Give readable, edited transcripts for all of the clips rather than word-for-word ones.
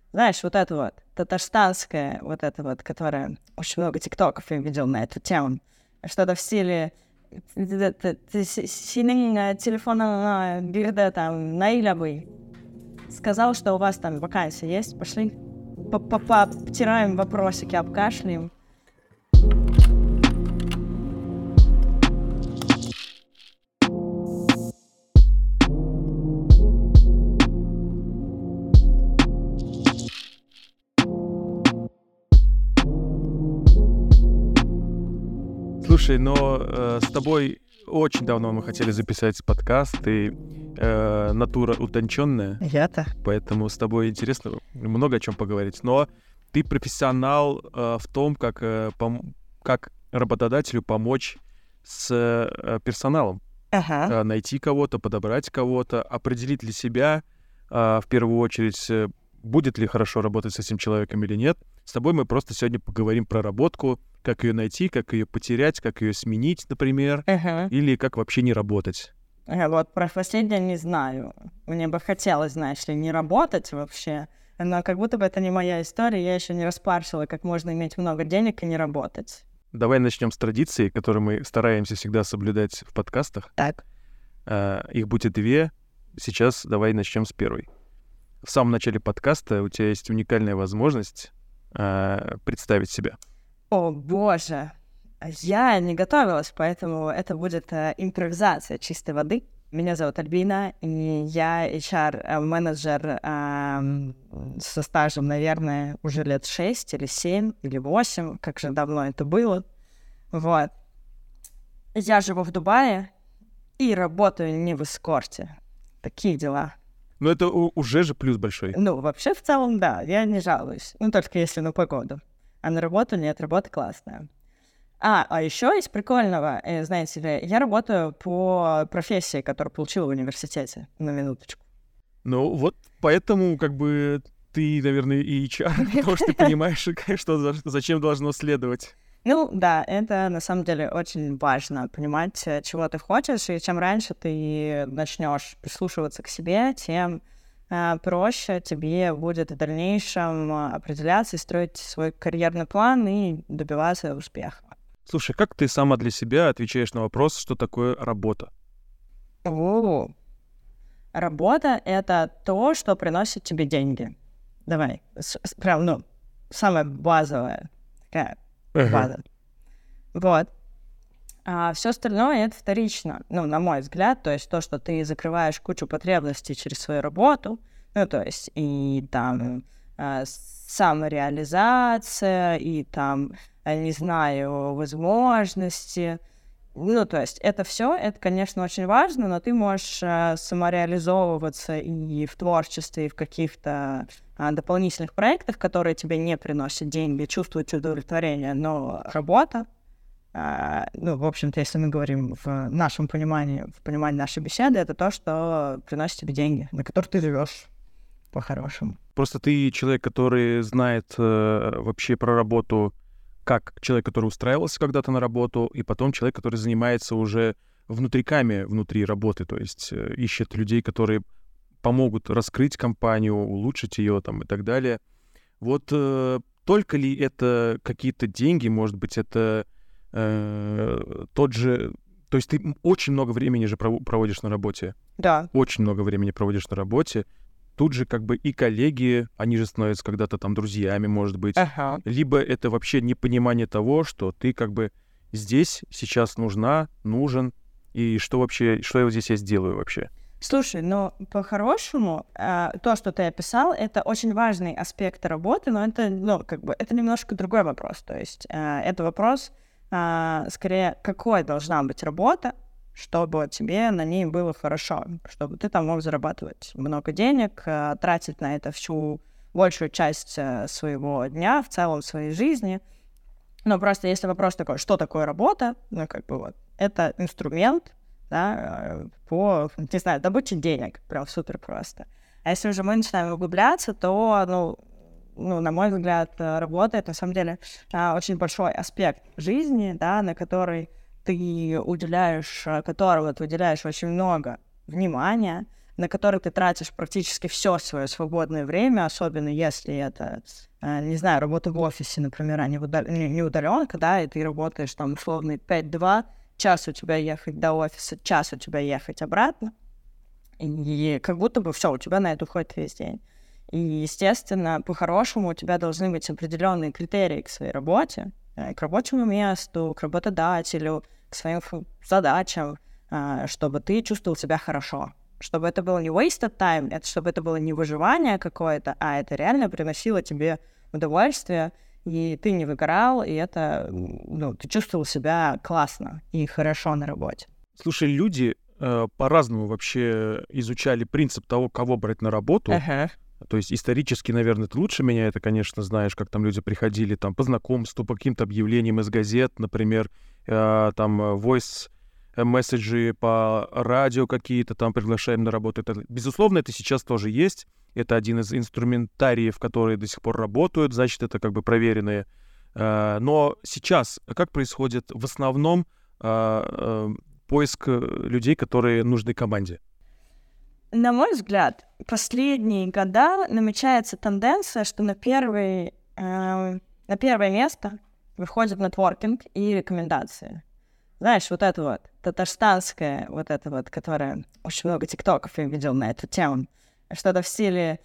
Знаешь, вот это вот, татарстанская, вот это вот, которая очень много тиктоков я видел на эту тему. Что-то в стиле синин телефона бирде там наилябый. Сказал, что у вас там вакансия есть, пошли потираем вопросики, обкашляем. Слушай, но с тобой очень давно мы хотели записать подкаст, ты натура утонченная. Я-то. Поэтому с тобой интересно много о чем поговорить. Но ты профессионал в том, как работодателю помочь с персоналом. Ага. Найти кого-то, подобрать кого-то, определить для себя в первую очередь, будет ли хорошо работать с этим человеком или нет. С тобой мы просто сегодня поговорим про работку, как ее найти, как ее потерять, как ее сменить, например, или как вообще не работать. Вот про последнее не знаю. Мне бы хотелось, знаешь ли, не работать вообще, но как будто бы это не моя история, я еще не распаршила, как можно иметь много денег и не работать. Давай начнем с традиции, которую мы стараемся всегда соблюдать в подкастах. Так. Их будет 2. Сейчас давай начнем с первой. В самом начале подкаста у тебя есть уникальная возможность представить себя. О, боже! Я не готовилась, поэтому это будет импровизация чистой воды. Меня зовут Альбина, и я HR-менеджер со стажем, наверное, уже лет 6 или 7 или 8, как же давно это было. Вот. Я живу в Дубае и работаю не в эскорте. Такие дела. Ну, это уже же плюс большой. Ну, вообще, в целом, да, я не жалуюсь. Ну, только если на погоду. А на работу нет, работа классная. А еще из прикольного, знаете ли, я работаю по профессии, которую получила в университете, на минуточку. Ну, вот поэтому, как бы, ты, наверное, и HR, потому что ты понимаешь, что зачем должно следовать. Ну, да, это на самом деле очень важно, понимать, чего ты хочешь, и чем раньше ты начнешь прислушиваться к себе, тем проще тебе будет в дальнейшем определяться и строить свой карьерный план и добиваться успеха. Слушай, как ты сама для себя отвечаешь на вопрос, что такое работа? Работа — это то, что приносит тебе деньги. Давай, прям, самая базовая такая база. Вот. А все остальное — это вторично, на мой взгляд, то есть то, что ты закрываешь кучу потребностей через свою работу, то есть и там самореализация, и там, не знаю, возможности. То есть это все, это, конечно, очень важно, но ты можешь самореализовываться и в творчестве, и в каких-то дополнительных проектах, которые тебе не приносят деньги, чувствовать удовлетворение, но работа, в общем-то, если мы говорим в нашем понимании, в понимании нашей беседы, это то, что приносит тебе деньги, на которые ты живешь по-хорошему. Просто ты человек, который знает вообще про работу, как человек, который устраивался когда-то на работу, и потом человек, который занимается уже внутриками внутри работы, то есть ищет людей, которые помогут раскрыть компанию, улучшить ее там и так далее. Вот только ли это какие-то деньги, может быть, это тот же... То есть ты очень много времени же проводишь на работе. Да. Очень много времени проводишь на работе. Тут же как бы и коллеги, они же становятся когда-то там друзьями, может быть. Либо это вообще непонимание того, что ты как бы здесь сейчас нужен, и что я здесь сделаю вообще. Слушай, по-хорошему, то, что ты описал, это очень важный аспект работы, но это, это немножко другой вопрос. То есть это вопрос, скорее, какой должна быть работа, чтобы тебе на ней было хорошо, чтобы ты там мог зарабатывать много денег, тратить на это всю большую часть своего дня, в целом своей жизни. Но просто если вопрос такой, что такое работа, это инструмент, да, по, не знаю, добыче денег, прям супер просто. А если уже мы начинаем углубляться, то, на мой взгляд, работа — это на самом деле очень большой аспект жизни, да, на который которому ты уделяешь очень много внимания, на который ты тратишь практически все свое свободное время, особенно если это, не знаю, работа в офисе, например, а не удаленка, да, и ты работаешь там условно 5-2, час у тебя ехать до офиса, час у тебя ехать обратно, и как будто бы все, у тебя на это уходит весь день. И, естественно, по-хорошему у тебя должны быть определенные критерии к своей работе, к рабочему месту, к работодателю, к своим задачам, чтобы ты чувствовал себя хорошо. Чтобы это было не wasted time, чтобы это было не выживание какое-то, а это реально приносило тебе удовольствие, и ты не выгорал, и это, ты чувствовал себя классно и хорошо на работе. Слушай, люди по-разному вообще изучали принцип того, кого брать на работу. То есть исторически, наверное, ты лучше меня это, конечно, знаешь, как там люди приходили там по знакомству, по каким-то объявлениям из газет, например, там voice месседжи по радио какие-то там приглашаем на работу. Безусловно, это сейчас тоже есть. Это один из инструментариев, которые до сих пор работают, значит, это как бы проверенные. Но сейчас как происходит в основном поиск людей, которые нужны команде? На мой взгляд, последние года намечается тенденция, что на первое место выходит нетворкинг и рекомендации. Знаешь, вот это вот, татарстанское, вот это вот, которое очень много тиктоков я видел на эту тему, что-то в стиле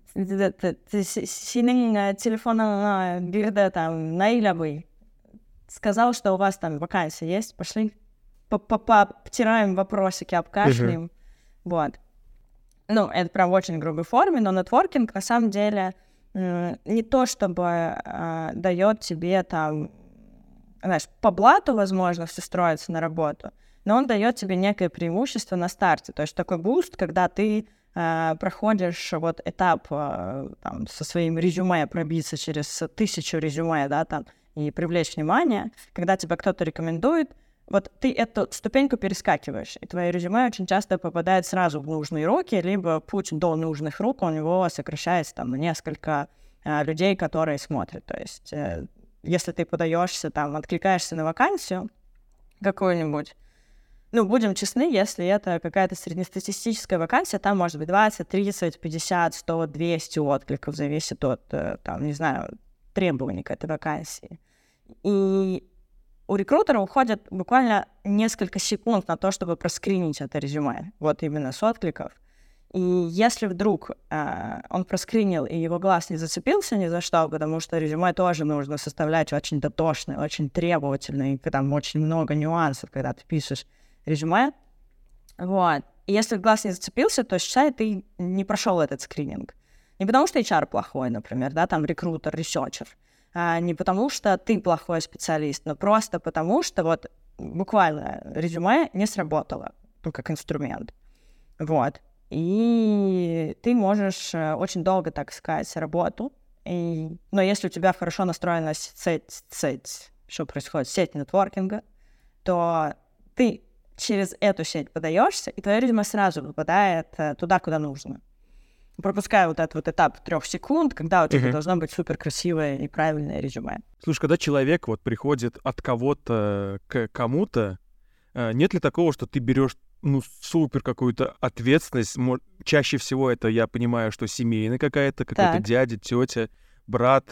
«Синин телефона бирде там наилябый». Сказал, что у вас там вакансия есть, пошли потираем вопросики, обкашляем. Вот. Это прям в очень грубой форме, но нетворкинг на самом деле не то чтобы дает тебе там, знаешь, по блату возможность устроиться на работу, но он дает тебе некое преимущество на старте. То есть такой буст, когда ты проходишь вот этап там, со своим резюме, пробиться через 1000 резюме, да, там, и привлечь внимание, когда тебя кто-то рекомендует, вот ты эту ступеньку перескакиваешь, и твое резюме очень часто попадает сразу в нужные руки, либо путь до нужных рук у него сокращается там на несколько людей, которые смотрят. То есть если ты подаешься, там, откликаешься на вакансию какую-нибудь, будем честны, если это какая-то среднестатистическая вакансия, там может быть 20, 30, 50, 100, 200 откликов, зависит от, там, не знаю, требований к этой вакансии. И у рекрутера уходит буквально несколько секунд на то, чтобы проскринить это резюме, вот именно с откликов. И если вдруг он проскринил, и его глаз не зацепился ни за что, потому что резюме тоже нужно составлять очень дотошно, очень требовательно, и там очень много нюансов, когда ты пишешь резюме. Вот. И если глаз не зацепился, то, считай, ты не прошел этот скрининг. Не потому что HR плохой, например, да, там рекрутер, ресерчер, не потому что ты плохой специалист, но просто потому что вот буквально резюме не сработало, как инструмент. Вот. И ты можешь очень долго, так сказать, работу. Но если у тебя хорошо настроена сеть, что происходит, сеть нетворкинга, то ты через эту сеть подаешься, и твое резюме сразу попадает туда, куда нужно. Пропуская вот этот вот этап 3 секунд, когда у тебя должно быть супер красивое и правильное резюме. Слушай, когда человек вот приходит от кого-то к кому-то, нет ли такого, что ты берешь супер какую-то ответственность? Чаще всего это, я понимаю, что семейная какая-то дядя, тетя, брат,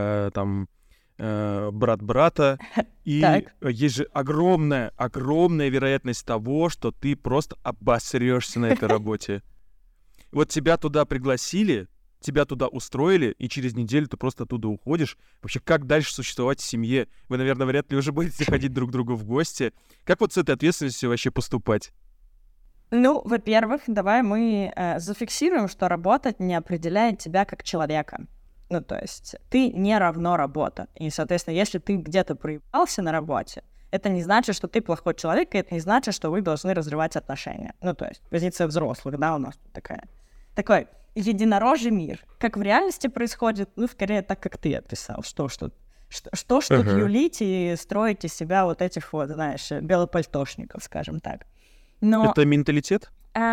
брат брата. И есть же огромная вероятность того, что ты просто обосрешься на этой работе. Вот тебя туда пригласили, тебя туда устроили, и через неделю ты просто оттуда уходишь. Вообще, как дальше существовать в семье? Вы, наверное, вряд ли уже будете ходить друг к другу в гости. Как вот с этой ответственностью вообще поступать? Во-первых, давай мы зафиксируем, что работа не определяет тебя как человека. То есть ты не равно работа. И, соответственно, если ты где-то проебался на работе, это не значит, что ты плохой человек, и это не значит, что вы должны разрывать отношения. То есть позиция взрослых, да, у нас тут такой единорожий мир. Как в реальности происходит, скорее так, как ты описал. Что юлить и строить из себя вот этих вот, знаешь, белопальтошников, скажем так. Но... Это менталитет?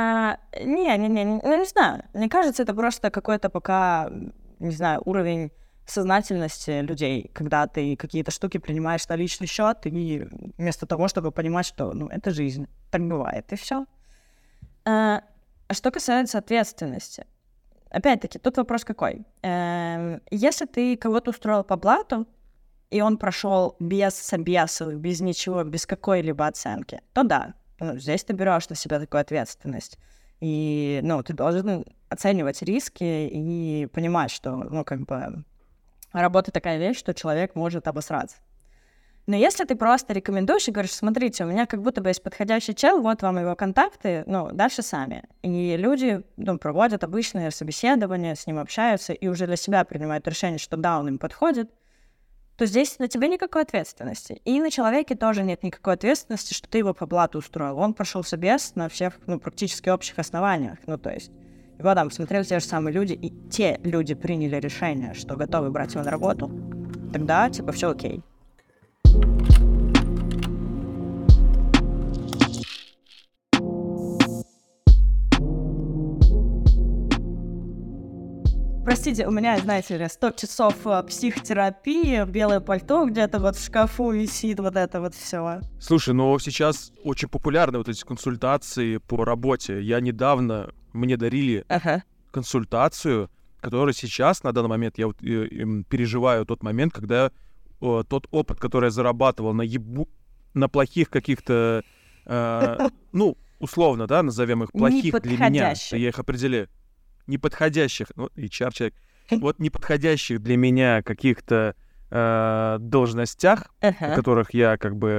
Не знаю. Мне кажется, это просто какой-то пока, не знаю, уровень сознательности людей, когда ты какие-то штуки принимаешь на личный счет, и вместо того, чтобы понимать, что, это жизнь, так бывает, и все. А что касается ответственности, опять-таки, тут вопрос какой? Если ты кого-то устроил по блату, и он прошел без собесов, без ничего, без какой-либо оценки, то да, здесь ты берешь на себя такую ответственность. И, ты должен оценивать риски и понимать, что, работа такая вещь, что человек может обосраться. Но если ты просто рекомендуешь и говоришь, смотрите, у меня как будто бы есть подходящий чел, вот вам его контакты, дальше сами. И люди, проводят обычные собеседования, с ним общаются и уже для себя принимают решение, что да, он им подходит, то здесь на тебе никакой ответственности. И на человеке тоже нет никакой ответственности, что ты его по блату устроил. Он прошел собес на всех, практически общих основаниях. То есть его там смотрели те же самые люди, и те люди приняли решение, что готовы брать его на работу, тогда, все окей. Простите, у меня, знаете ли, 100 часов психотерапии, белое пальто где-то в шкафу висит, вот это вот все. Слушай, но сейчас очень популярны вот эти консультации по работе. Мне дарили консультацию, которая сейчас, на данный момент, я переживаю тот момент, когда тот опыт, который я зарабатывал на плохих каких-то, условно, да, назовем их плохих для меня, я их определяю. Неподходящих, HR-человек, неподходящих для меня каких-то должностях, на которых я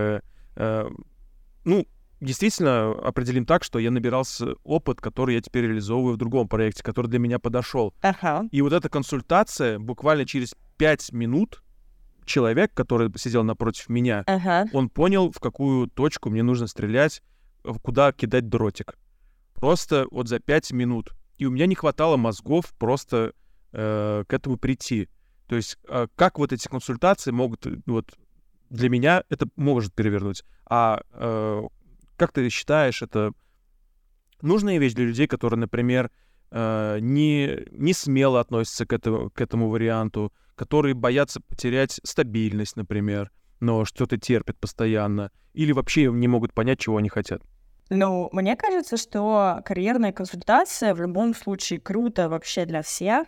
действительно определим так, что я набирался опыт, который я теперь реализовываю в другом проекте, который для меня подошел. И вот эта консультация, буквально через 5 минут человек, который сидел напротив меня, он понял, в какую точку мне нужно стрелять, куда кидать дротик. Просто за 5 минут. И у меня не хватало мозгов просто к этому прийти. То есть как эти консультации могут... для меня это может перевернуть. А как ты считаешь, это нужная вещь для людей, которые, например, не смело относятся к этому варианту, которые боятся потерять стабильность, например, но что-то терпят постоянно, или вообще не могут понять, чего они хотят? Мне кажется, что карьерная консультация в любом случае круто вообще для всех,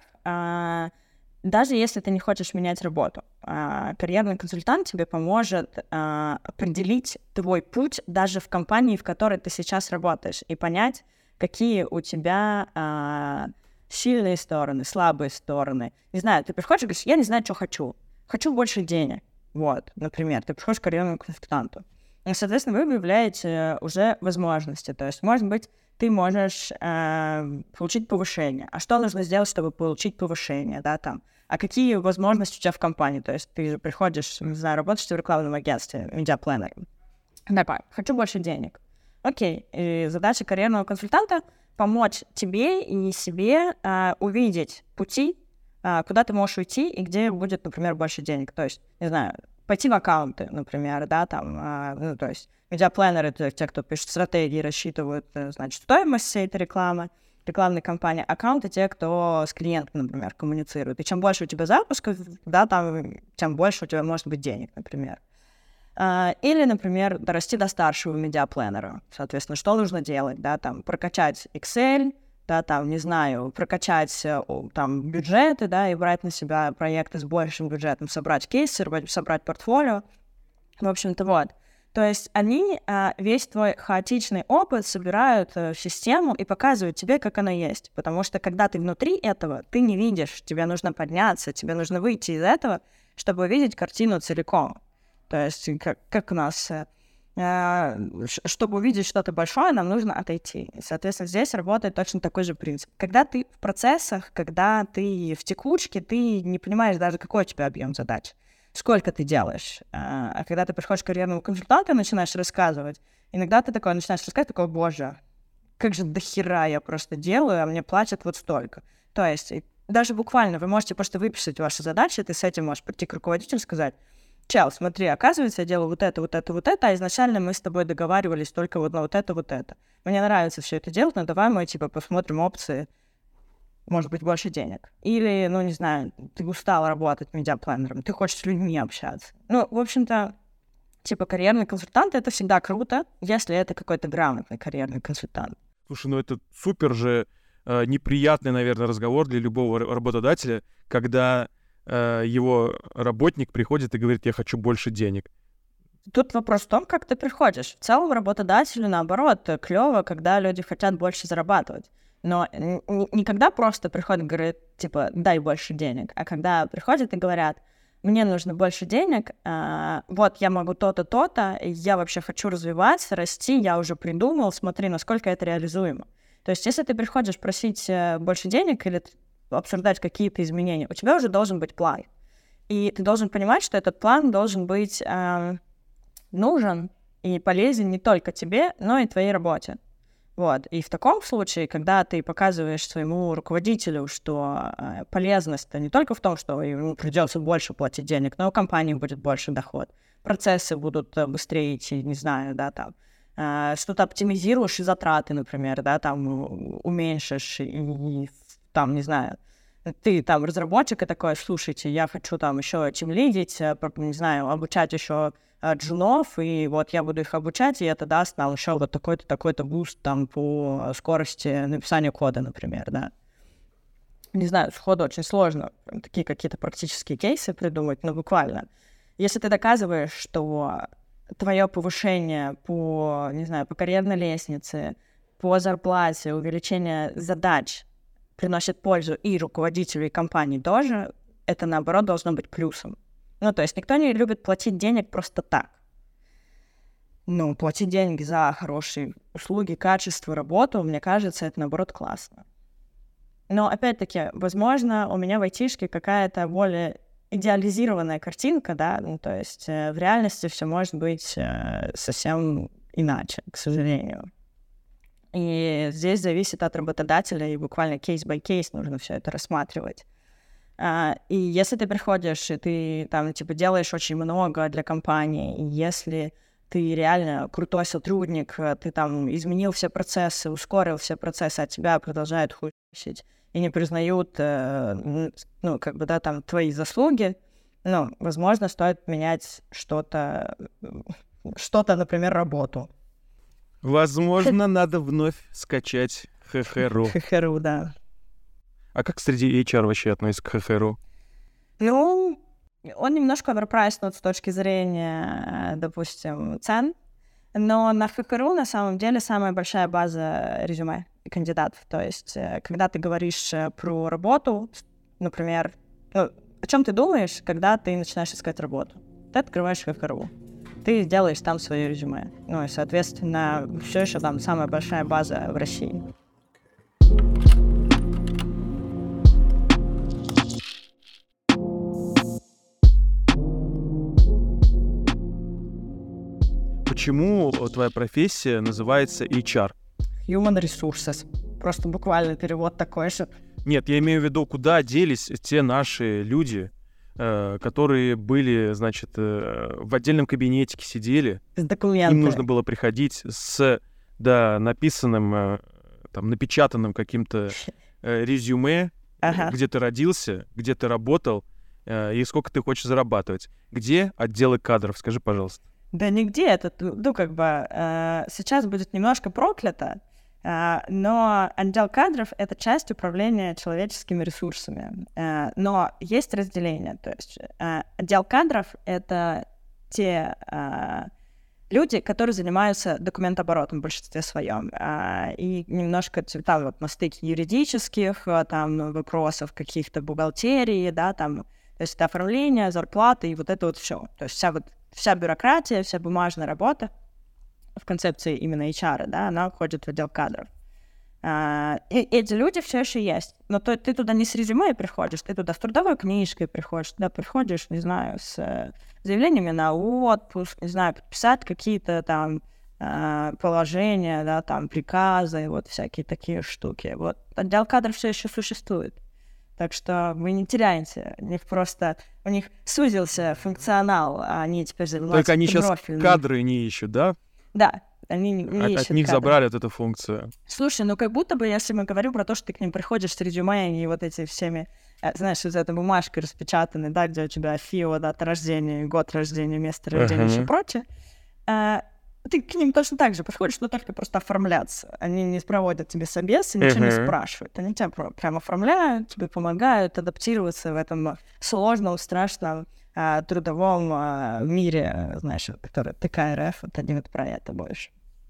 даже если ты не хочешь менять работу. Карьерный консультант тебе поможет определить твой путь даже в компании, в которой ты сейчас работаешь, и понять, какие у тебя сильные стороны, слабые стороны. Не знаю, ты приходишь и говоришь, я не знаю, что хочу. Хочу больше денег. Например, ты приходишь к карьерному консультанту. И, соответственно, вы выявляете уже возможности. То есть, может быть, ты можешь получить повышение. А что нужно сделать, чтобы получить повышение, да, там? А какие возможности у тебя в компании? То есть ты же приходишь, не знаю, работаешь в рекламном агентстве, медиапланером. Такой, хочу больше денег. Окей. И задача карьерного консультанта — помочь тебе и себе увидеть пути, куда ты можешь уйти и где будет, например, больше денег. То есть, не знаю, пойти в аккаунты, например, да, там, то есть медиапланеры — это те, кто пишет стратегии, рассчитывают, стоимость всей этой рекламы, рекламной кампании. Аккаунты — те, кто с клиентом, например, коммуницирует. И чем больше у тебя запусков, да, тем больше у тебя может быть денег, например. Или, например, дорасти до старшего медиапланера. Соответственно, что нужно делать, да, там, прокачать Excel, да, там, не знаю, прокачать там бюджеты, да, и брать на себя проекты с большим бюджетом, собрать кейсы, собрать портфолио. В общем-то, То есть они весь твой хаотичный опыт собирают в систему и показывают тебе, как оно есть. Потому что когда ты внутри этого, ты не видишь, тебе нужно подняться, тебе нужно выйти из этого, чтобы увидеть картину целиком. То есть как у нас... чтобы увидеть что-то большое, нам нужно отойти. И, соответственно, здесь работает точно такой же принцип. Когда ты в процессах, когда ты в текучке, ты не понимаешь даже, какой у тебя объем задач, сколько ты делаешь. А когда ты приходишь к карьерному консультанту и начинаешь рассказывать, иногда ты начинаешь рассказывать, такой, боже, как же дохера я просто делаю, а мне платят вот столько. То есть даже буквально вы можете просто выписать ваши задачи, ты с этим можешь прийти к руководителю и сказать: чел, смотри, оказывается, я делаю вот это, а изначально мы с тобой договаривались только на вот это. Мне нравится все это делать, но давай мы, посмотрим опции, может быть, больше денег. Или, не знаю, ты устал работать медиапланером, ты хочешь с людьми общаться. В общем-то, карьерный консультант — это всегда круто, если это какой-то грамотный карьерный консультант. Слушай, ну это супер же неприятный, наверное, разговор для любого работодателя, когда его работник приходит и говорит: я хочу больше денег. Тут вопрос в том, как ты приходишь. В целом работодателю, наоборот, клево, когда люди хотят больше зарабатывать. Но не когда просто приходят и говорят, типа, дай больше денег, а когда приходят и говорят: мне нужно больше денег, вот я могу то-то, то-то, я вообще хочу развиваться, расти, я уже придумал, смотри, насколько это реализуемо. То есть если ты приходишь просить больше денег или обсуждать какие-то изменения, у тебя уже должен быть план. И ты должен понимать, что этот план должен быть нужен и полезен не только тебе, но и твоей работе. Вот. И в таком случае, когда ты показываешь своему руководителю, что полезность-то не только в том, что ему придется больше платить денег, но у компании будет больше доход, процессы будут быстрее идти, не знаю, да, там, что-то оптимизируешь и затраты, например, да, там, уменьшишь и там, не знаю, ты там разработчик и такой: слушайте, я хочу там еще тимлидить, не знаю, обучать еще джунов, и вот я буду их обучать, и это даст нам еще вот такой-то, такой-то буст там по скорости написания кода, например, да. Не знаю, сходу очень сложно такие какие-то практические кейсы придумать, но буквально. Если ты доказываешь, что твое повышение по, не знаю, по карьерной лестнице, по зарплате, увеличение задач приносит пользу и руководителю, и компании тоже, это, наоборот, должно быть плюсом. Ну, то есть никто не любит платить денег просто так. Ну, платить деньги за хорошие услуги, качество, работу, мне кажется, это, наоборот, классно. Но, опять-таки, возможно, у меня в айтишке какая-то более идеализированная картинка, да, ну, то есть в реальности все может быть совсем иначе, к сожалению. И здесь зависит от работодателя, и буквально кейс-бай-кейс нужно все это рассматривать. И если ты приходишь, и ты там, типа, делаешь очень много для компании, и если ты реально крутой сотрудник, ты там изменил все процессы, ускорил все процессы, а тебя продолжают хуйсить и не признают, ну, как бы, да, там, твои заслуги, ну, возможно, стоит менять что-то, например, работу. Возможно, надо вновь скачать ХХРУ. ХХРУ, да. А как среди HR вообще относится к ХХРУ? Ну, он немножко оверпрайснут с точки зрения, допустим, цен, но на ХХРУ на самом деле самая большая база резюме кандидатов. То есть, когда ты говоришь про работу, например, ну, о чем ты думаешь, когда ты начинаешь искать работу? Ты открываешь ХХРУ, ты делаешь там свое резюме. Ну и, соответственно, все еще там самая большая база в России. Почему твоя профессия называется HR? Human Resources. Просто буквально перевод такой же. Нет, я имею в виду, куда делись те наши люди, которые были, значит, в отдельном кабинетике сидели. С документами. Им нужно было приходить с, да, написанным, там, напечатанным каким-то резюме, где ты родился, где ты работал и сколько ты хочешь зарабатывать. Где отделы кадров? Скажи, пожалуйста. Да нигде это, ну, как бы, сейчас будет немножко проклято, но отдел кадров — это часть управления человеческими ресурсами. Но есть разделение, то есть отдел кадров — это те люди, которые занимаются документооборотом в большинстве своем, и немножко там вот на стыке юридических там вопросов, каких-то бухгалтерии, да, там, то есть это оформление, зарплаты и вот это вот все. То есть вся бюрократия, вся бумажная работа в концепции именно HR, да, она входит в отдел кадров. И эти люди все еще есть. Но ты туда не с резюме приходишь, ты туда с трудовой книжкой приходишь, туда приходишь, не знаю, с заявлениями на отпуск, не знаю, подписать какие-то там положения, да, там приказы, вот всякие такие штуки. Вот отдел кадров все еще существует. Так что вы не теряете. У них сузился функционал, а они теперь занимаются только они сейчас кадры не ищут, да? Да, они не ищут от них кадры. забрали вот эту функцию. Слушай, ну как будто бы, если мы говорим про то, что ты к ним приходишь с резюме и вот эти всеми, знаешь, вот этой бумажкой распечатанной, да, где у тебя ФИО, дата рождения, год рождения, место рождения и все прочее, ты к ним точно так же подходишь, но только просто оформляться. Они не проводят тебе собес и ничего не спрашивают. Они тебя прям оформляют, тебе помогают адаптироваться в этом сложном, страшном трудовом мире, знаешь, который ТК-РФ, вот они вот про это больше.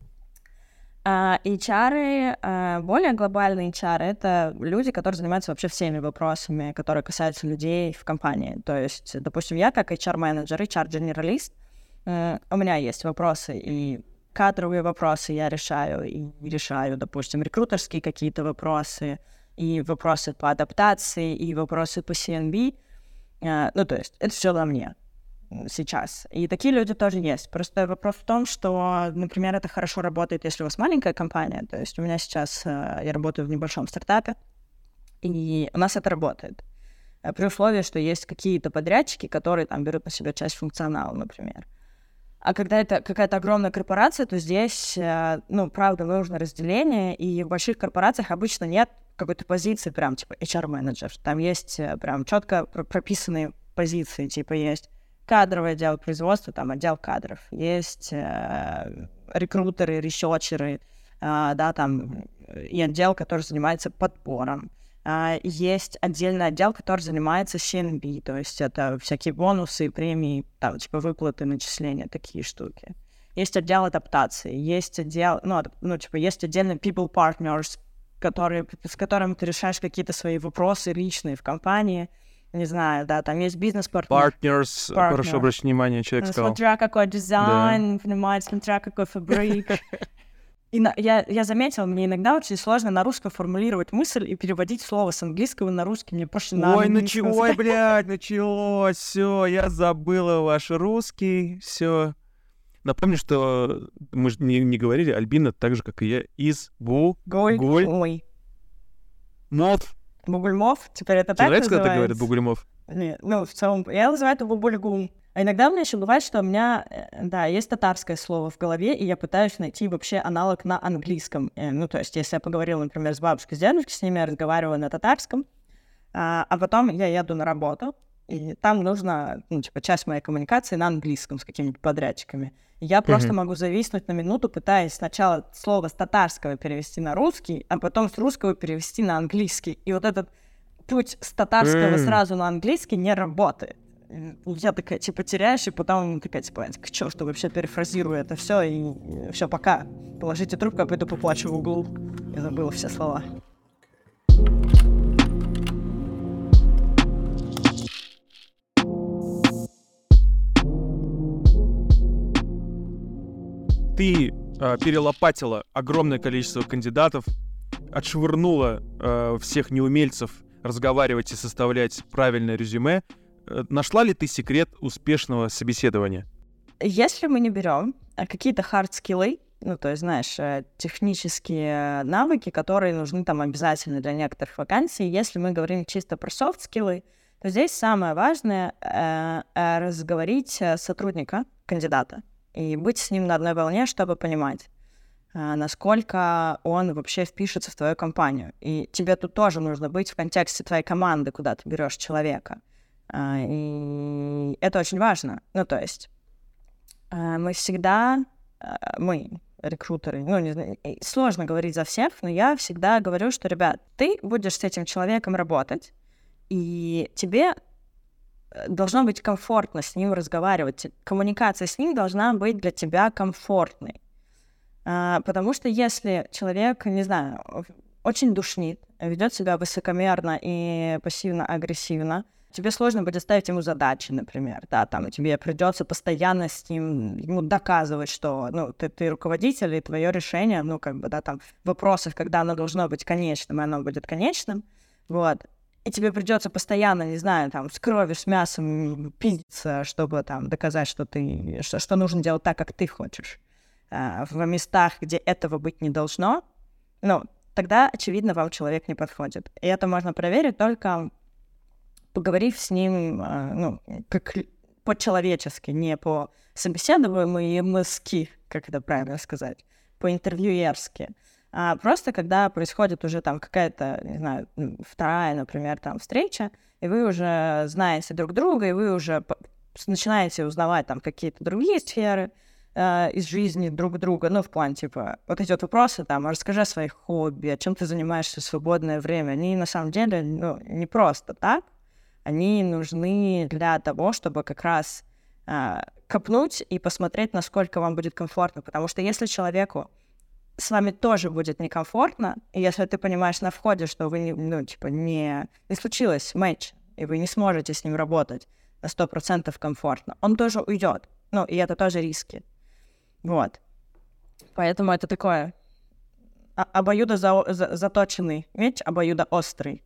HR, более глобальные HR — это люди, которые занимаются вообще всеми вопросами, которые касаются людей в компании. То есть, допустим, я как HR-менеджер, HR-генералист, у меня есть вопросы, и кадровые вопросы я решаю, допустим, рекрутерские какие-то вопросы, и вопросы по адаптации, и вопросы по CNB. Ну, то есть, это все на мне сейчас. И такие люди тоже есть. Просто вопрос в том, что, например, это хорошо работает, если у вас маленькая компания. То есть у меня сейчас, я работаю в небольшом стартапе, и у нас это работает. При условии, что есть какие-то подрядчики, которые там берут на себя часть функционала, например. А когда это какая-то огромная корпорация, то здесь, ну, правда, нужно разделение, и в больших корпорациях обычно нет какой-то позиции прям, типа, HR-менеджер. Там есть прям четко прописанные позиции, типа, есть кадровый отдел производства, там отдел кадров, есть рекрутеры, ресерчеры, да, там, и отдел, который занимается подбором. Есть отдельный отдел, который занимается CNB, то есть это всякие бонусы, премии, там, типа выплаты, начисления, такие штуки. Есть отдел адаптации, есть отдел, типа, есть отдельный people partners, с которыми ты решаешь какие-то свои вопросы личные в компании. Не знаю, да, там есть бизнес-партнер. Partners, прошу обращать внимание, человек сказал. Смотря какой дизайн, понимаете, смотря какой фабрик. И я заметила, мне иногда очень сложно на русском формулировать мысль и переводить слово с английского на русский. Мне проще на английском. Началось, все, я забыла ваш русский, все. Напомню, что мы же не говорили, Альбина, так же, как и я, из Бугульмов. Бугульмов? Теперь это Тебе так нравится, называется? когда так говорят Бугульмов? Нет, в целом, я называю это Бубульгум. А иногда у меня еще бывает, что у меня, да, есть татарское слово в голове, и я пытаюсь найти вообще аналог на английском. Ну, то есть, если я поговорила, например, с бабушкой, с дедушкой, с ними я разговариваю на татарском, а потом я еду на работу, и там нужно, часть моей коммуникации на английском с какими-нибудь подрядчиками. И я просто могу зависнуть на минуту, пытаясь сначала слово с татарского перевести на русский, а потом с русского перевести на английский. И вот этот путь с татарского сразу на английский не работает. Я такая, теряешь, и потом такая, к черту, вообще перефразирую это все, и все, пока. Положите трубку, я пойду поплачу в углу. Я забыла все слова. Ты перелопатила огромное количество кандидатов, отшвырнула всех неумельцев разговаривать и составлять правильное резюме. Нашла ли ты секрет успешного собеседования? Если мы не берем какие-то hard-скиллы, то есть, знаешь, технические навыки, которые нужны там обязательно для некоторых вакансий, если мы говорим чисто про софт-скиллы, то здесь самое важное разговорить сотрудника, кандидата, и быть с ним на одной волне, чтобы понимать, насколько он вообще впишется в твою компанию. И тебе тут тоже нужно быть в контексте твоей команды, куда ты берешь человека. И это очень важно. То есть мы всегда, рекрутеры, не знаю, сложно говорить за всех, но я всегда говорю, что, ребят, ты будешь с этим человеком работать, и тебе должно быть комфортно с ним разговаривать. Коммуникация с ним должна быть для тебя комфортной. Потому что если человек, не знаю, очень душнит, ведет себя высокомерно и пассивно-агрессивно, тебе сложно будет ставить ему задачи, например, да, там, и тебе придется постоянно с ним ему доказывать, что, ты руководитель, и твое решение, там, вопросов, когда оно должно быть конечным, и оно будет конечным, вот, и тебе придется постоянно, не знаю, там, с кровью, с мясом пиздиться, чтобы, там, доказать, что что нужно делать так, как ты хочешь, в местах, где этого быть не должно, тогда, очевидно, вам человек не подходит. И это можно проверить только поговорив с ним, как по-человечески, не по-собеседованию, как это правильно сказать, по-интервьюерски. А просто когда происходит уже там какая-то, не знаю, вторая, например, там встреча, и вы уже знаете друг друга, и вы уже начинаете узнавать там какие-то другие сферы, из жизни друг друга, ну, в плане, типа, вот эти вот вопросы, там, расскажи о своих хобби, чем ты занимаешься в свободное время, они, на самом деле, ну, не просто так, они нужны для того, чтобы как раз копнуть и посмотреть, насколько вам будет комфортно, потому что если человеку с вами тоже будет некомфортно, и если ты понимаешь на входе, что вы, не случилось матч, и вы не сможете с ним работать на 100% комфортно, он тоже уйдет. Ну, и это тоже риски. Вот. Поэтому это такое обоюдозаточенный меч, обоюдоострый,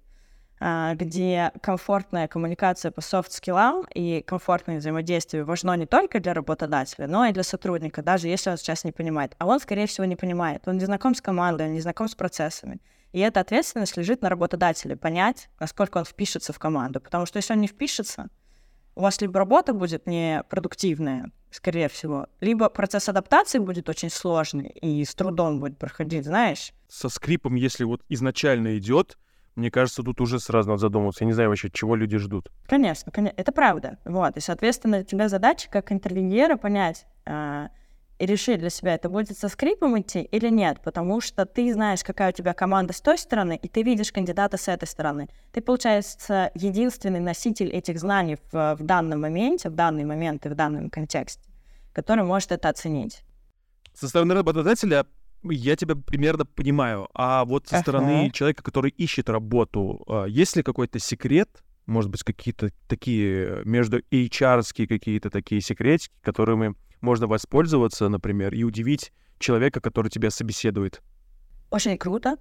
где комфортная коммуникация по софт-скиллам и комфортное взаимодействие важно не только для работодателя, но и для сотрудника, даже если он сейчас не понимает. А он, скорее всего, не понимает. Он не знаком с командой, он не знаком с процессами. И эта ответственность лежит на работодателе, понять, насколько он впишется в команду. Потому что если он не впишется, у вас либо работа будет непродуктивная, скорее всего, либо процесс адаптации будет очень сложный и с трудом будет проходить, знаешь. Со скрипом, если вот изначально идет, мне кажется, тут уже сразу надо задуматься. Я не знаю вообще, чего люди ждут. Конечно, это правда. Вот. И, соответственно, у тебя задача как интервьюера понять и решить для себя, это будет со скрипом идти или нет, потому что ты знаешь, какая у тебя команда с той стороны, и ты видишь кандидата с этой стороны. Ты, получается, единственный носитель этих знаний в данном моменте, в данный момент и в данном контексте, который может это оценить. Со стороны работодателя я тебя примерно понимаю, а вот со стороны человека, который ищет работу, есть ли какой-то секрет, может быть, какие-то такие между HR-ские какие-то такие секретики, которыми можно воспользоваться, например, и удивить человека, который тебя собеседует? Очень круто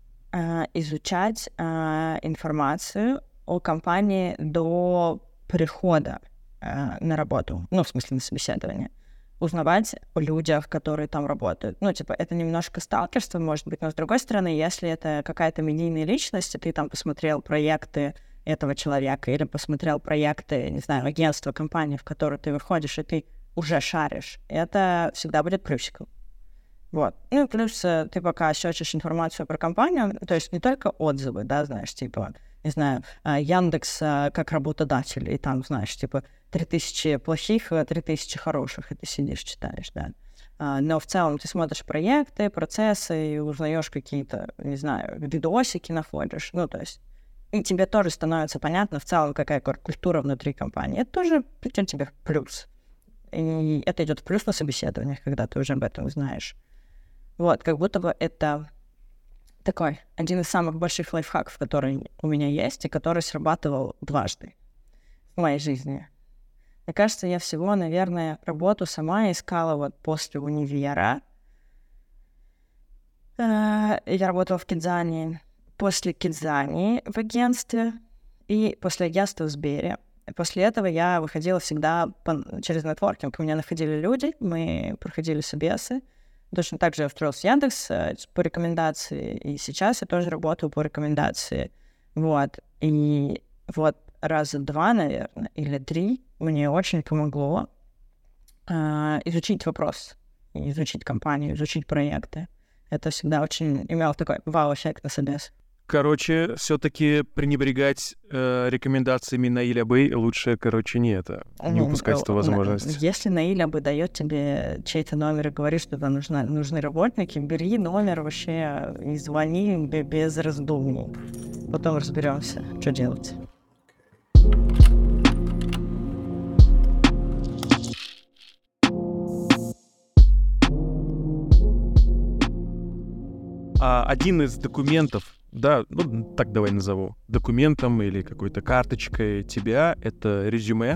изучать информацию о компании до прихода на работу, ну, в смысле, на собеседование. Узнавать о людях, которые там работают. Ну, типа, это немножко сталкерство, может быть, но с другой стороны, если это какая-то медийная личность, и ты там посмотрел проекты этого человека или посмотрел проекты, не знаю, агентства, компании, в которые ты выходишь, и ты уже шаришь, это всегда будет плюсиком. Вот. Ну, плюс ты пока сёрчишь информацию про компанию, то есть не только отзывы, да, знаешь, типа, не знаю, Яндекс как работодатель, и там, знаешь, типа, 3000 плохих, 3000 хороших, и ты сидишь, читаешь, да. Но в целом ты смотришь проекты, процессы, и узнаешь какие-то, не знаю, видосики находишь, ну, то есть, и тебе тоже становится понятно в целом, какая культура внутри компании. Это тоже придёт тебе в плюс. И это идет в плюс на собеседованиях, когда ты уже об этом знаешь. Вот, как будто бы это такой один из самых больших лайфхаков, который у меня есть, и который срабатывал дважды в моей жизни. Мне кажется, я всего, наверное, работу сама искала вот после универа. Я работала в Кидзане. После Кидзани в агентстве и после агентства в Сбере. После этого я выходила всегда через нетворкинг. У меня находили люди, мы проходили собесы. Точно так же я устроилась в Яндекс по рекомендации, и сейчас я тоже работаю по рекомендации. Вот. И вот раза 2, наверное, или 3 мне очень помогло изучить вопрос, изучить компанию, изучить проекты. Это всегда очень имело такой вау-эффект на собес. Короче, все-таки пренебрегать рекомендациями Наиля Бэй лучше, не упускать эту возможность. Если Наиля Бэй дает тебе чей-то номер и говорит, что там нужны работники, бери номер вообще и звони без раздумий. Потом разберемся, что делать. Один из документов, да, ну так давай назову, документом или какой-то карточкой тебя, это резюме.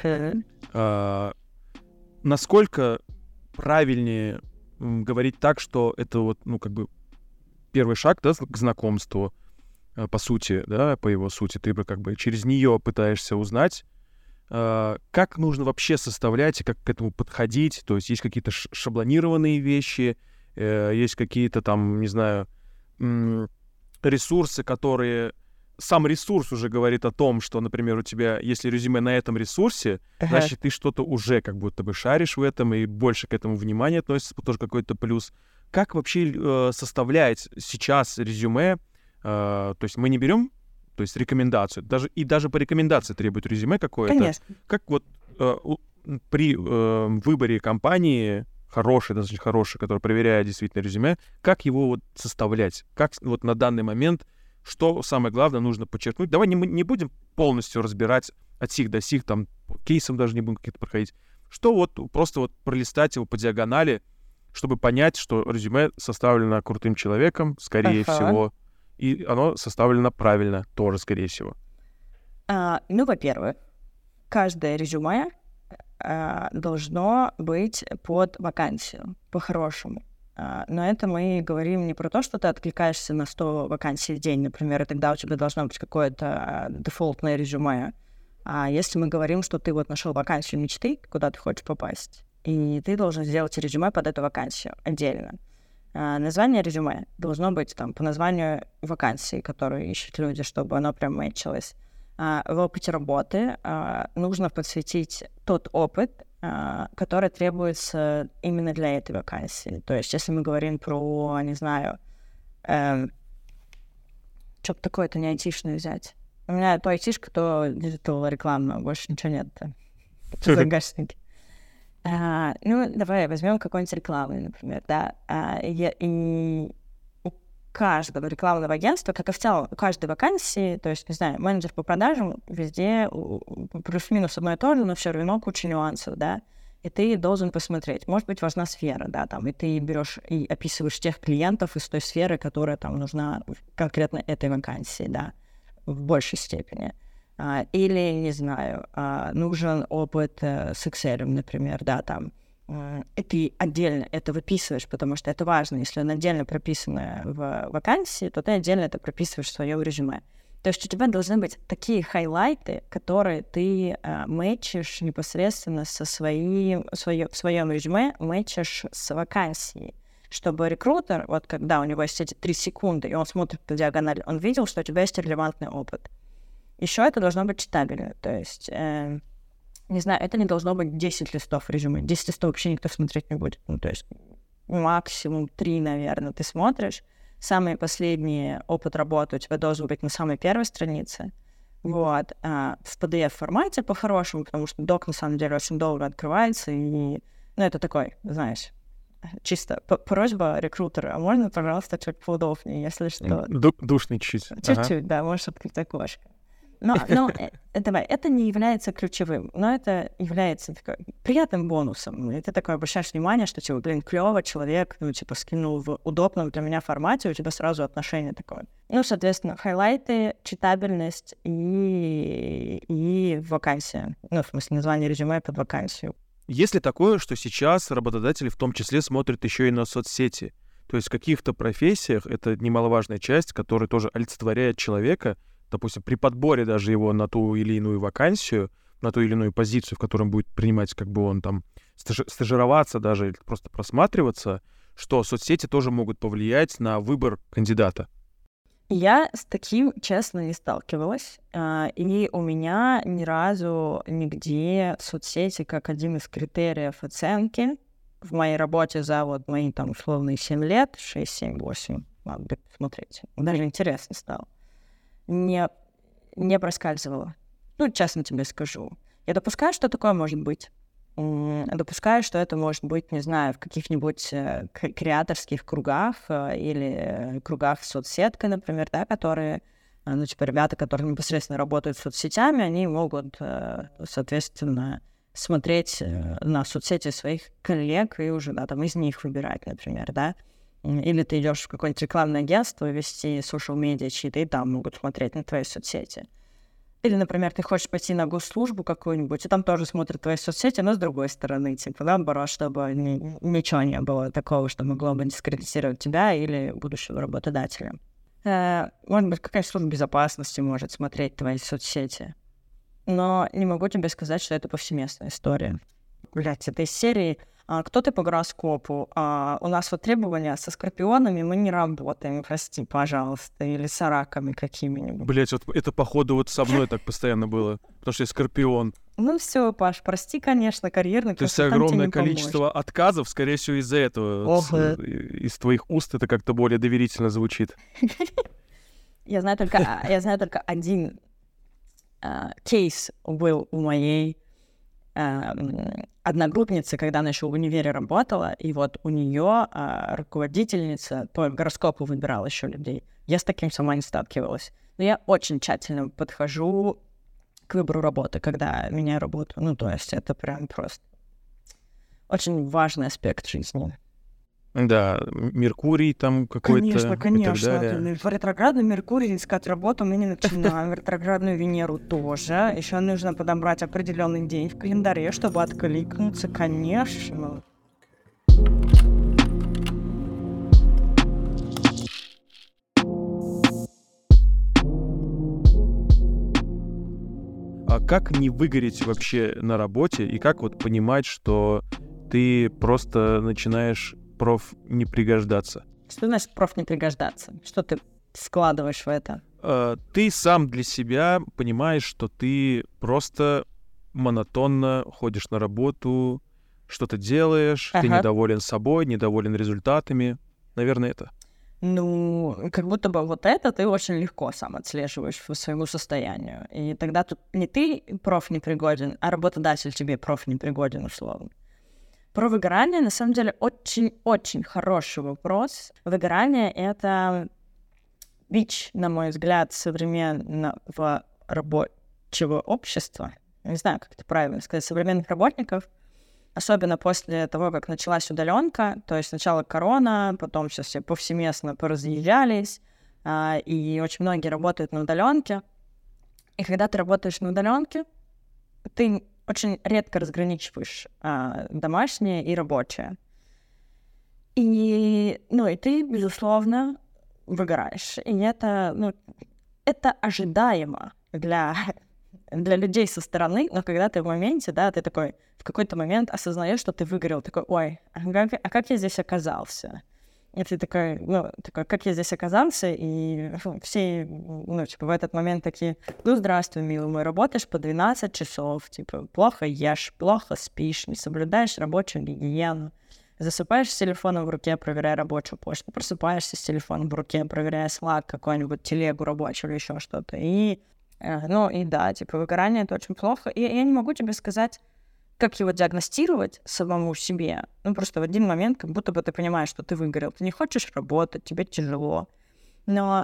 Насколько правильнее говорить так, что это вот, первый шаг, да, к знакомству, по сути, да, по его сути, ты бы через нее пытаешься узнать, как нужно вообще составлять и как к этому подходить, то есть есть какие-то шаблонированные вещи, есть какие-то там, не знаю, ресурсы, которые... Сам ресурс уже говорит о том, что, например, у тебя, если резюме на этом ресурсе, значит, ты что-то уже как будто бы шаришь в этом и больше к этому внимания относится, тоже какой-то плюс. Как вообще составлять сейчас резюме? То есть мы не берем, то есть рекомендацию, даже по рекомендации требует резюме какое-то. Конечно. Как вот при выборе компании хороший, достаточно хороший, который проверяет действительно резюме, как его вот составлять? Как вот на данный момент, что самое главное нужно подчеркнуть? Давай не будем полностью разбирать от сих до сих, там, кейсом даже не будем какие-то проходить. Что вот просто вот пролистать его по диагонали, чтобы понять, что резюме составлено крутым человеком, скорее всего, и оно составлено правильно тоже, скорее всего. Во-первых, каждое резюме должно быть под вакансию, по-хорошему. Но это мы говорим не про то, что ты откликаешься на 100 вакансий в день, например, и тогда у тебя должно быть какое-то дефолтное резюме. А если мы говорим, что ты вот нашел вакансию мечты, куда ты хочешь попасть, и ты должен сделать резюме под эту вакансию отдельно. Название резюме должно быть там по названию вакансии, которую ищут люди, чтобы оно прям мэчилось. В опыте работы нужно подсветить тот опыт, который требуется именно для этой вакансии. То есть, если мы говорим про, не знаю, что-то такое-то не айтишное взять. У меня то айтишка, то диджитал реклама, больше ничего нет. Загашники. Давай возьмем какую-нибудь рекламу, например, да. И у каждого рекламного агентства, как и в целом, у каждой вакансии, то есть, не знаю, менеджер по продажам, везде плюс-минус одно и то же, но все равно куча нюансов, да. И ты должен посмотреть. Может быть, важна сфера, да, там, и ты берешь и описываешь тех клиентов из той сферы, которая там нужна конкретно этой вакансии, да, в большей степени. Или, не знаю, нужен опыт с Excel, например, да, там, и ты отдельно это выписываешь, потому что это важно. Если оно отдельно прописано в вакансии, то ты отдельно это прописываешь в своем резюме. То есть у тебя должны быть такие хайлайты, которые ты мэчишь непосредственно в своем резюме, мэчишь с вакансией, чтобы рекрутер, вот когда у него есть эти 3 секунды, и он смотрит по диагонали, он видел, что у тебя есть релевантный опыт. Еще это должно быть читабельно, то есть, не знаю, это не должно быть 10 листов резюме. 10 листов вообще никто смотреть не будет. Ну, то есть максимум 3, наверное, ты смотришь. Самый последний опыт работы у тебя должен быть на самой первой странице. Вот. В PDF-формате по-хорошему, потому что док, на самом деле, очень долго открывается. И, это такой, знаешь, чисто просьба рекрутера. А можно, пожалуйста, чуть поудобнее, если что? Душный чуть-чуть. Чуть-чуть, да, можешь открыть окошко. Но это не является ключевым, но это является приятным бонусом. И ты такой обращаешь внимание, что, клёво, человек, скинул в удобном для меня формате, у тебя сразу отношение такое. Соответственно, хайлайты, читабельность и вакансия. В смысле, название резюме под вакансию. Есть ли такое, что сейчас работодатели в том числе смотрят еще и на соцсети? То есть в каких-то профессиях это немаловажная часть, которая тоже олицетворяет человека, допустим, при подборе даже его на ту или иную вакансию, на ту или иную позицию, в которой он будет принимать, он там стажироваться даже, или просто просматриваться, что соцсети тоже могут повлиять на выбор кандидата. Я с таким, честно, не сталкивалась, и у меня ни разу нигде соцсети как один из критериев оценки в моей работе за мои там условные 7 лет, 6, 7, 8, надо будет посмотреть, даже интересно стало. Не проскальзывало. Честно тебе скажу. Я допускаю, что такое может быть. Допускаю, что это может быть, не знаю, в каких-нибудь креаторских кругах или кругах с соцсеткой, например, да, которые, ребята, которые непосредственно работают с соцсетями, они могут, соответственно, смотреть на соцсети своих коллег и уже, да, там из них выбирать, например, да. Или ты идешь в какое-нибудь рекламное агентство вести social-медиа чьи-то, и там могут смотреть на твои соцсети. Или, например, ты хочешь пойти на госслужбу какую-нибудь, и там тоже смотрят твои соцсети, но с другой стороны, наоборот, чтобы ничего не было такого, что могло бы дискредитировать тебя или будущего работодателя. Может быть, какая-то служба безопасности может смотреть твои соцсети. Но не могу тебе сказать, что это повсеместная история. Это из серии «Кто ты по гороскопу?» У нас требования со скорпионами, мы не работаем, прости, пожалуйста, или с раками какими-нибудь. Это, походу, со мной так постоянно было, потому что я скорпион. Все, Паш, прости, конечно, карьерный То есть огромное количество отказов, скорее всего, из-за этого. Из твоих уст это как-то более доверительно звучит. Я знаю только один кейс был у моей одногруппницы, когда она еще в универе работала, и вот у нее руководительница по гороскопу выбирала еще людей. Я с таким сама не сталкивалась. Но я очень тщательно подхожу к выбору работы, когда меняю работу. Ну, то есть это прям просто очень важный аспект жизни. Да, Меркурий там какой-то. Конечно. В ретроградный Меркурий искать работу мы не начинаем. В ретроградную Венеру тоже. Еще нужно подобрать определенный день в календаре, чтобы откликнуться, конечно. А как не выгореть вообще на работе и как вот понимать, что ты просто начинаешь не пригождаться? Что значит не пригождаться? Что ты складываешь в это? Ты сам для себя понимаешь, что ты просто монотонно ходишь на работу, что-то делаешь, ты недоволен собой, недоволен результатами. Наверное, это. Ну, как будто бы вот это ты очень легко сам отслеживаешь по своему состоянию. И тогда тут не ты непригоден, а работодатель тебе непригоден, условно. Про выгорание, на самом деле, очень-очень хороший вопрос. Выгорание — это бич, на мой взгляд, современного рабочего общества. Не знаю, как это правильно сказать, современных работников. Особенно после того, как началась удаленка, то есть сначала корона, потом сейчас все повсеместно поразъезжались, и очень многие работают на удаленке. И когда ты работаешь на удаленке, ты очень редко разграничиваешь домашнее и рабочее. И ты, безусловно, выгораешь. И это ожидаемо для людей со стороны, но когда ты в моменте, да, ты такой в какой-то момент осознаешь, что ты выгорел, такой, ой, а как я здесь оказался? И ты такой, как я здесь оказался? И все, в этот момент такие, здравствуй, милый мой, работаешь по 12 часов, плохо ешь, плохо спишь, не соблюдаешь рабочую гигиену, засыпаешь с телефоном в руке, проверяя рабочую почту, просыпаешься с телефоном в руке, проверяя Slack, какую-нибудь телегу рабочую или еще что-то. И да, выгорание — это очень плохо. И я не могу тебе сказать, как его диагностировать самому себе. Просто в один момент, как будто бы ты понимаешь, что ты выгорел. Ты не хочешь работать, тебе тяжело. Но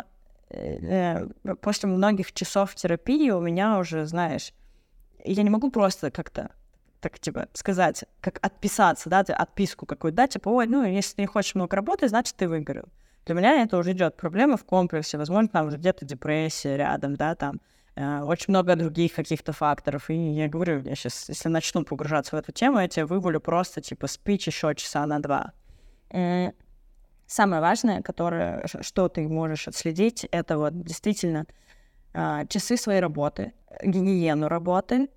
после многих часов терапии у меня уже, знаешь, я не могу просто как-то так, сказать, как отписаться, да, отписку какую-то дать, если ты не хочешь много работать, значит, ты выгорел. Для меня это уже идет проблема в комплексе, возможно, там уже где-то депрессия рядом, да, там очень много других каких-то факторов. И я говорю, я сейчас, если начну погружаться в эту тему, я тебе вывалю просто, спич еще часа на 2. Самое важное, что ты можешь отследить, это вот действительно часы своей работы, гигиену работы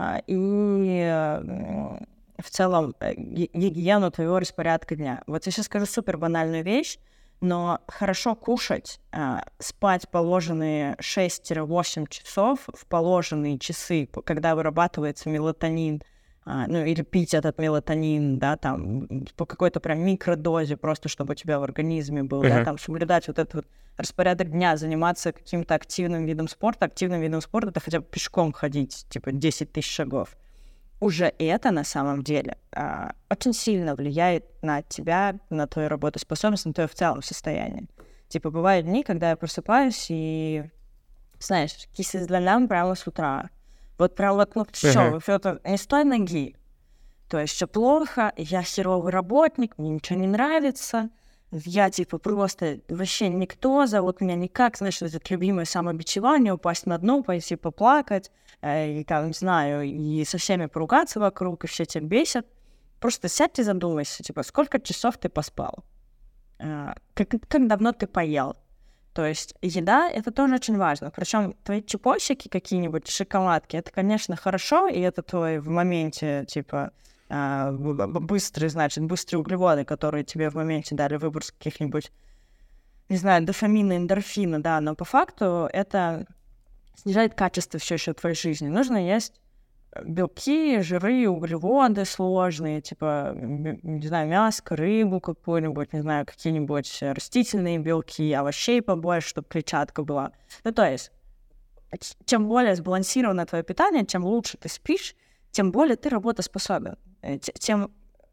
и в целом гигиену твоего распорядка дня. Вот я сейчас скажу супер банальную вещь, но хорошо кушать, спать положенные 6-8 часов в положенные часы, когда вырабатывается мелатонин, или пить этот мелатонин, да, там, по какой-то прям микродозе, просто чтобы у тебя в организме был, да, там, соблюдать вот этот вот распорядок дня, заниматься каким-то активным видом спорта. Активным видом спорта — это хотя бы пешком ходить, 10 тысяч шагов. Уже это на самом деле очень сильно влияет на тебя, на твою работоспособность, на твое в целом состояние. Бывают дни, когда я просыпаюсь и, знаешь, кислота прямо с утра. Вот прям все это не с той ноги. То есть все плохо, я херовый работник, мне ничего не нравится, я просто вообще никто, зовут меня никак, знаешь, это любимое самобичевание, упасть на дно, пойти поплакать, и там, не знаю, и со всеми поругаться вокруг, и все тебя бесят. Просто сядь и задумайся, сколько часов ты поспал, как давно ты поел. То есть еда — это тоже очень важно. Причем твои чипосики какие-нибудь, шоколадки, это, конечно, хорошо, и это твой в моменте, быстрые углеводы, которые тебе в моменте дали выброс каких-нибудь, не знаю, дофамина, эндорфина, да, но по факту это снижает качество все еще твоей жизни. Нужно есть белки, жиры, углеводы сложные, не знаю, мясо, рыбу какую-нибудь, не знаю, какие-нибудь растительные белки, овощей побольше, чтобы клетчатка была. То есть, чем более сбалансировано твое питание, чем лучше ты спишь, тем более ты работоспособен. Тем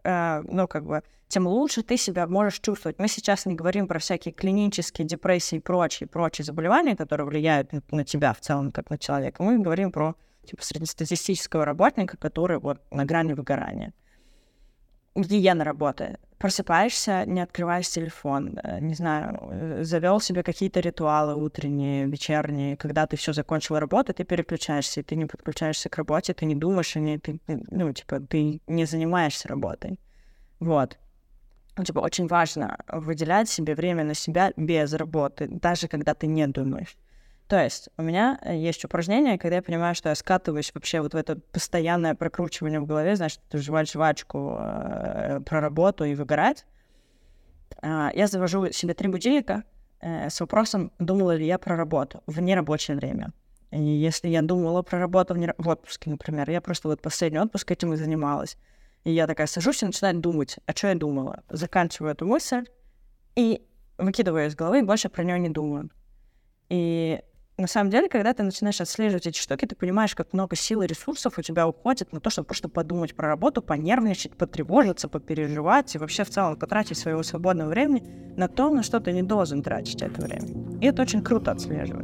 лучше ты себя можешь чувствовать. Мы сейчас не говорим про всякие клинические депрессии и прочие заболевания, которые влияют на тебя в целом, как на человека. Мы говорим про среднестатистического работника, который на грани выгорания. Гигиена работы. Просыпаешься, не открываешь телефон, не знаю, завел себе какие-то ритуалы утренние, вечерние, когда ты все закончил работу, ты переключаешься, и ты не подключаешься к работе, ты не думаешь, ты не занимаешься работой. Вот. Очень важно выделять себе время на себя без работы, даже когда ты не думаешь. То есть у меня есть упражнение, когда я понимаю, что я скатываюсь вообще в это постоянное прокручивание в голове, значит, жевать жвачку про работу и выгорать. Я завожу себе 3 будильника с вопросом, думала ли я про работу в нерабочее время. И если я думала про работу в отпуске, например, я просто последний отпуск этим и занималась. И я такая сажусь и начинаю думать, а что я думала. Заканчиваю эту мысль и выкидываю из головы, и больше про нее не думаю. И на самом деле, когда ты начинаешь отслеживать эти штуки, ты понимаешь, как много сил и ресурсов у тебя уходит на то, чтобы просто подумать про работу, понервничать, потревожиться, попереживать и вообще в целом потратить своего свободного времени на то, на что ты не должен тратить это время. И это очень круто отслеживать.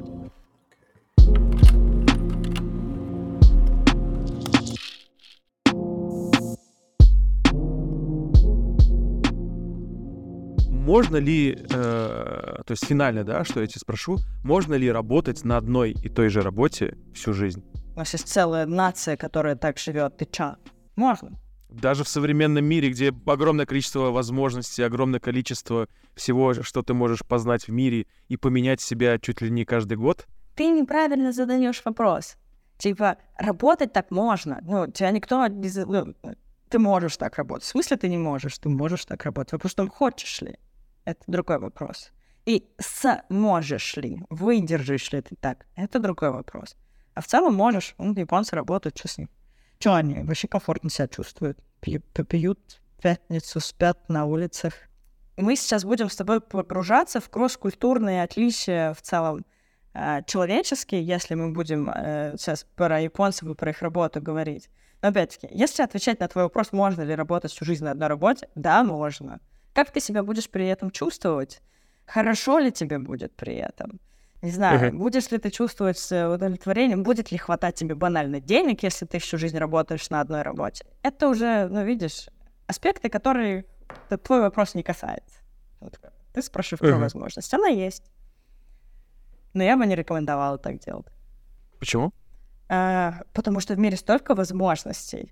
Можно ли, то есть финально, да, что я тебя спрошу, можно ли работать на одной и той же работе всю жизнь? У нас есть целая нация, которая так живет. Ты чё? Можно. Даже в современном мире, где огромное количество возможностей, огромное количество всего, что ты можешь познать в мире и поменять себя чуть ли не каждый год? Ты неправильно задаешь вопрос. Работать так можно. Тебя никто не... Ты можешь так работать. В смысле ты не можешь? Ты можешь так работать. Вопрос в том, хочешь ли. Это другой вопрос. И сможешь ли, выдержишь ли ты так, это другой вопрос. А в целом можешь. Японцы работают, что с ним? Что они вообще комфортно себя чувствуют? Пьют в пятницу, спят на улицах. Мы сейчас будем с тобой погружаться в кросс-культурные отличия в целом человеческие, если мы будем сейчас про японцев и про их работу говорить. Но опять-таки, если отвечать на твой вопрос, можно ли работать всю жизнь на одной работе, да, можно. Как ты себя будешь при этом чувствовать? Хорошо ли тебе будет при этом? Не знаю, будешь ли ты чувствовать удовлетворение, будет ли хватать тебе банально денег, если ты всю жизнь работаешь на одной работе? Это уже, видишь, аспекты, которые твой вопрос не касается. Ты спрашиваешь про возможность. Она есть. Но я бы не рекомендовала так делать. Почему? Потому что в мире столько возможностей.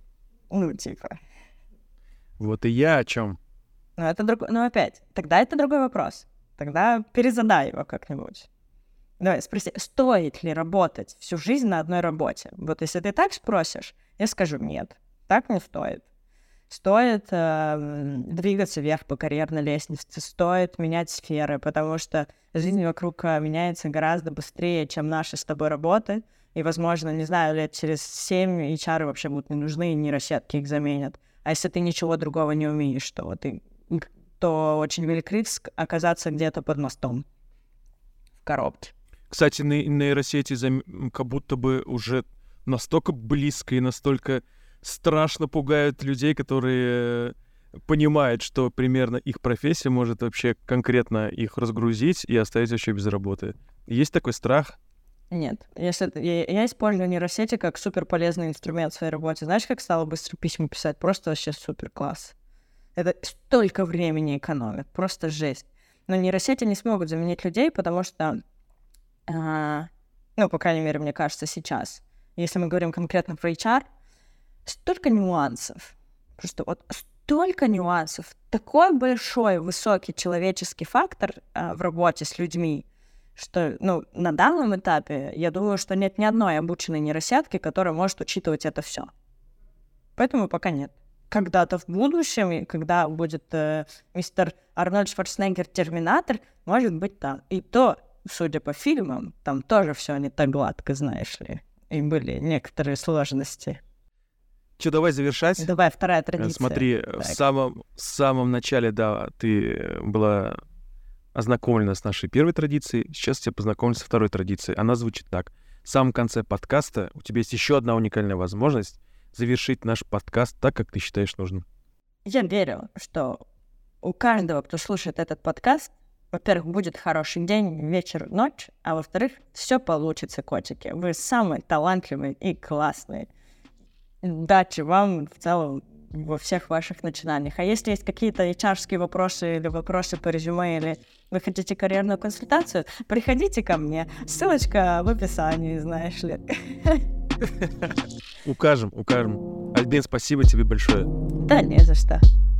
Вот и я о чем. Опять, тогда это другой вопрос. Тогда перезадай его как-нибудь. Давай, спроси, стоит ли работать всю жизнь на одной работе? Вот если ты так спросишь, я скажу нет. Так не стоит. Стоит двигаться вверх по карьерной лестнице, стоит менять сферы, потому что жизнь вокруг меняется гораздо быстрее, чем наши с тобой работы. И, возможно, не знаю, лет через 7 HR вообще будут не нужны, и нейросетки их заменят. А если ты ничего другого не умеешь, то очень велик риск оказаться где-то под мостом в коробке. Кстати, нейросети как будто бы уже настолько близко и настолько страшно пугают людей, которые понимают, что примерно их профессия может вообще конкретно их разгрузить и оставить вообще без работы. Есть такой страх? Нет. Я использую нейросети как суперполезный инструмент в своей работе. Знаешь, как стало быстро письма писать? Просто вообще супер класс. Это столько времени экономит. Просто жесть. Но нейросети не смогут заменить людей, потому что, по крайней мере, мне кажется, сейчас, если мы говорим конкретно про HR, столько нюансов. Просто столько нюансов. Такой большой, высокий человеческий фактор в работе с людьми, что, на данном этапе, я думаю, что нет ни одной обученной нейросетки, которая может учитывать это все. Поэтому пока нет. Когда-то в будущем, когда будет мистер Арнольд Шварценеггер «Терминатор», может быть, там. И то, судя по фильмам, там тоже все не так гладко, знаешь ли. И были некоторые сложности. Что, давай завершать? Давай, вторая традиция. Смотри, в самом начале, да, ты была ознакомлена с нашей первой традицией, сейчас я тебя познакомлю со второй традицией. Она звучит так. В самом конце подкаста у тебя есть еще одна уникальная возможность завершить наш подкаст так, как ты считаешь нужным? Я верю, что у каждого, кто слушает этот подкаст, во-первых, будет хороший день, вечер, ночь, а во-вторых, все получится, котики. Вы самые талантливые и классные. Удачи вам в целом во всех ваших начинаниях. А если есть какие-то HR-ские вопросы или вопросы по резюме, или вы хотите карьерную консультацию, приходите ко мне. Ссылочка в описании, знаешь ли. Укажем. Альбин, спасибо тебе большое. Да не за что.